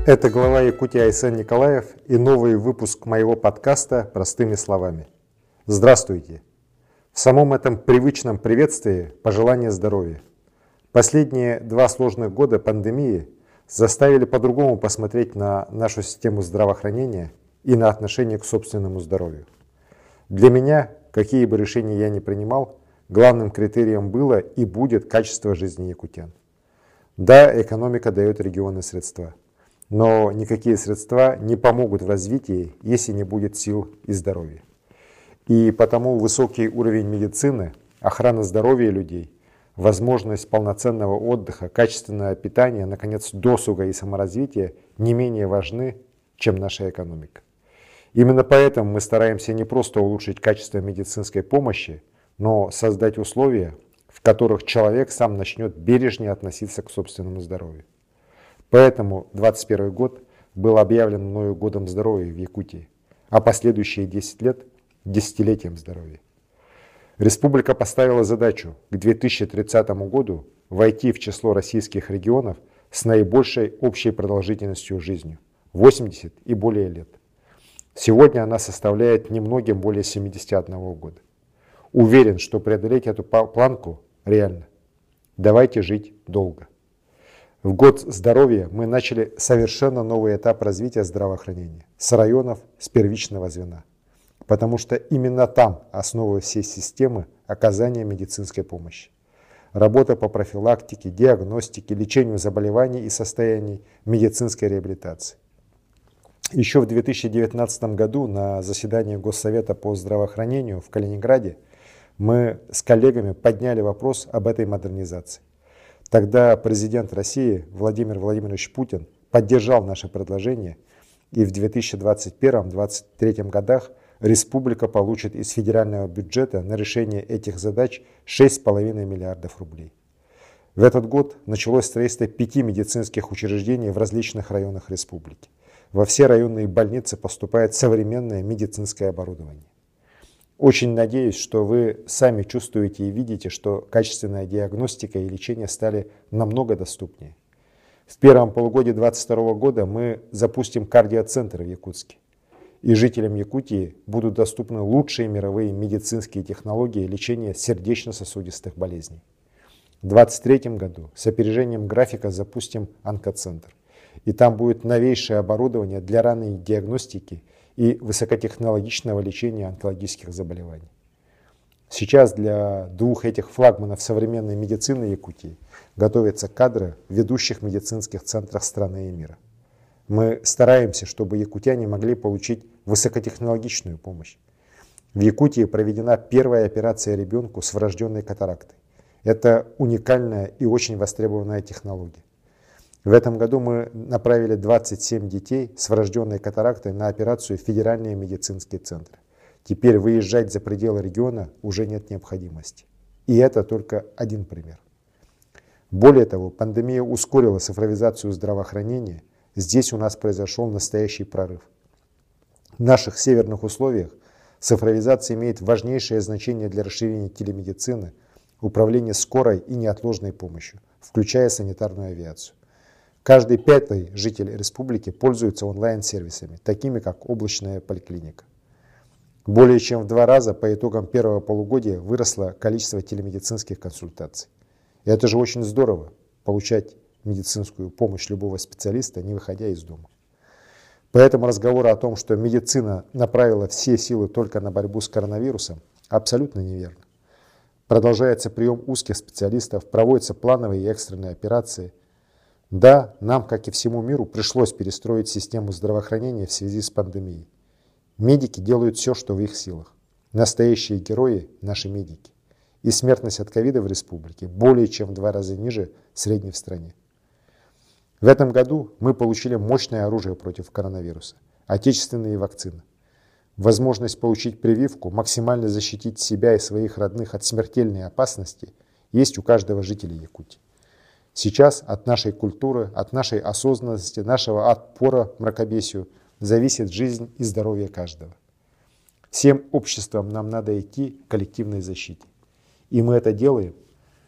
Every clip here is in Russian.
Это глава Якутии Айсен Николаев и новый выпуск моего подкаста «Простыми словами». Здравствуйте! В самом этом привычном приветствии пожелание здоровья. Последние 2 сложных года пандемии заставили по-другому посмотреть на нашу систему здравоохранения и на отношение к собственному здоровью. Для меня, какие бы решения я ни принимал, главным критерием было и будет качество жизни якутян. Да, экономика дает регионы средства. Но никакие средства не помогут в развитии, если не будет сил и здоровья. И потому высокий уровень медицины, охрана здоровья людей, возможность полноценного отдыха, качественное питание, наконец, досуга и саморазвития не менее важны, чем наша экономика. Именно поэтому мы стараемся не просто улучшить качество медицинской помощи, но создать условия, в которых человек сам начнет бережнее относиться к собственному здоровью. Поэтому 2021 год был объявлен мною годом здоровья в Якутии, а последующие 10 лет – десятилетием здоровья. Республика поставила задачу к 2030 году войти в число российских регионов с наибольшей общей продолжительностью жизни – 80 и более лет. Сегодня она составляет немногим более 71 года. Уверен, что преодолеть эту планку реально. Давайте жить долго. В год здоровья мы начали совершенно новый этап развития здравоохранения с районов, с первичного звена. Потому что именно там основа всей системы оказания медицинской помощи. Работа по профилактике, диагностике, лечению заболеваний и состояний медицинской реабилитации. Еще в 2019 году на заседании Госсовета по здравоохранению в Калининграде мы с коллегами подняли вопрос об этой модернизации. Тогда президент России Владимир Владимирович Путин поддержал наше предложение, и в 2021-2023 годах республика получит из федерального бюджета на решение этих задач 6,5 миллиардов рублей. В этот год началось строительство 5 медицинских учреждений в различных районах республики. Во все районные больницы поступает современное медицинское оборудование. Очень надеюсь, что вы сами чувствуете и видите, что качественная диагностика и лечение стали намного доступнее. В первом полугодии 2022 года мы запустим кардиоцентр в Якутске. И жителям Якутии будут доступны лучшие мировые медицинские технологии лечения сердечно-сосудистых болезней. В 2023 году с опережением графика запустим онкоцентр. И там будет новейшее оборудование для ранней диагностики и высокотехнологичного лечения онкологических заболеваний. Сейчас для 2 этих флагманов современной медицины Якутии готовятся кадры в ведущих медицинских центрах страны и мира. Мы стараемся, чтобы якутяне могли получить высокотехнологичную помощь. В Якутии проведена первая операция ребенку с врожденной катарактой. Это уникальная и очень востребованная технология. В этом году мы направили 27 детей с врожденной катарактой на операцию в федеральные медицинские центры. Теперь выезжать за пределы региона уже нет необходимости. И это только один пример. Более того, пандемия ускорила цифровизацию здравоохранения. Здесь у нас произошел настоящий прорыв. В наших северных условиях цифровизация имеет важнейшее значение для расширения телемедицины, управления скорой и неотложной помощью, включая санитарную авиацию. Каждый 5-й житель республики пользуется онлайн-сервисами, такими как облачная поликлиника. Более чем в 2 раза по итогам первого полугодия выросло количество телемедицинских консультаций. И это же очень здорово, получать медицинскую помощь любого специалиста, не выходя из дома. Поэтому разговоры о том, что медицина направила все силы только на борьбу с коронавирусом, абсолютно неверно. Продолжается прием узких специалистов, проводятся плановые и экстренные операции. Да, нам, как и всему миру, пришлось перестроить систему здравоохранения в связи с пандемией. Медики делают все, что в их силах. Настоящие герои – наши медики. И смертность от ковида в республике более чем в 2 раза ниже средней в стране. В этом году мы получили мощное оружие против коронавируса – отечественные вакцины. Возможность получить прививку, максимально защитить себя и своих родных от смертельной опасности есть у каждого жителя Якутии. Сейчас от нашей культуры, от нашей осознанности, нашего отпора мракобесию зависит жизнь и здоровье каждого. Всем обществом нам надо идти к коллективной защите. И мы это делаем.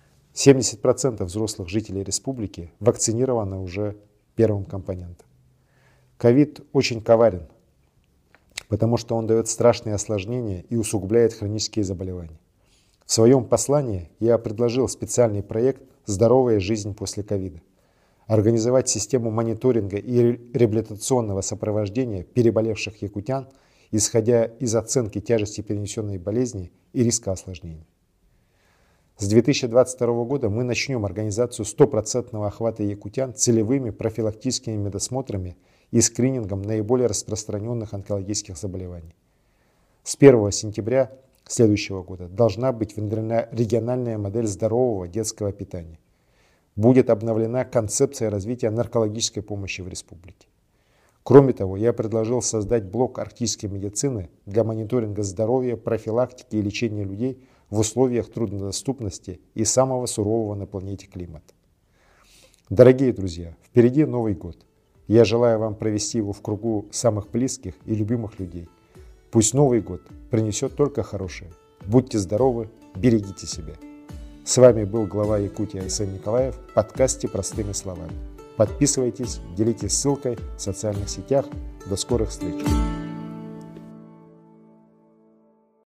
70% взрослых жителей республики вакцинированы уже первым компонентом. Ковид очень коварен, потому что он дает страшные осложнения и усугубляет хронические заболевания. В своем послании я предложил специальный проект «Здоровая жизнь после ковида». Организовать систему мониторинга и реабилитационного сопровождения переболевших якутян, исходя из оценки тяжести перенесенной болезни и риска осложнений. С 2022 года мы начнем организацию 100% охвата якутян целевыми профилактическими медосмотрами и скринингом наиболее распространенных онкологических заболеваний. С 1 сентября следующего года должна быть внедрена региональная модель здорового детского питания. Будет обновлена концепция развития наркологической помощи в республике. Кроме того, я предложил создать блок арктической медицины для мониторинга здоровья, профилактики и лечения людей в условиях труднодоступности и самого сурового на планете климата. Дорогие друзья, впереди Новый год. Я желаю вам провести его в кругу самых близких и любимых людей. Пусть Новый год принесет только хорошее. Будьте здоровы, берегите себя. С вами был глава Якутии Айсен Николаев в подкасте «Простыми словами». Подписывайтесь, делитесь ссылкой в социальных сетях. До скорых встреч!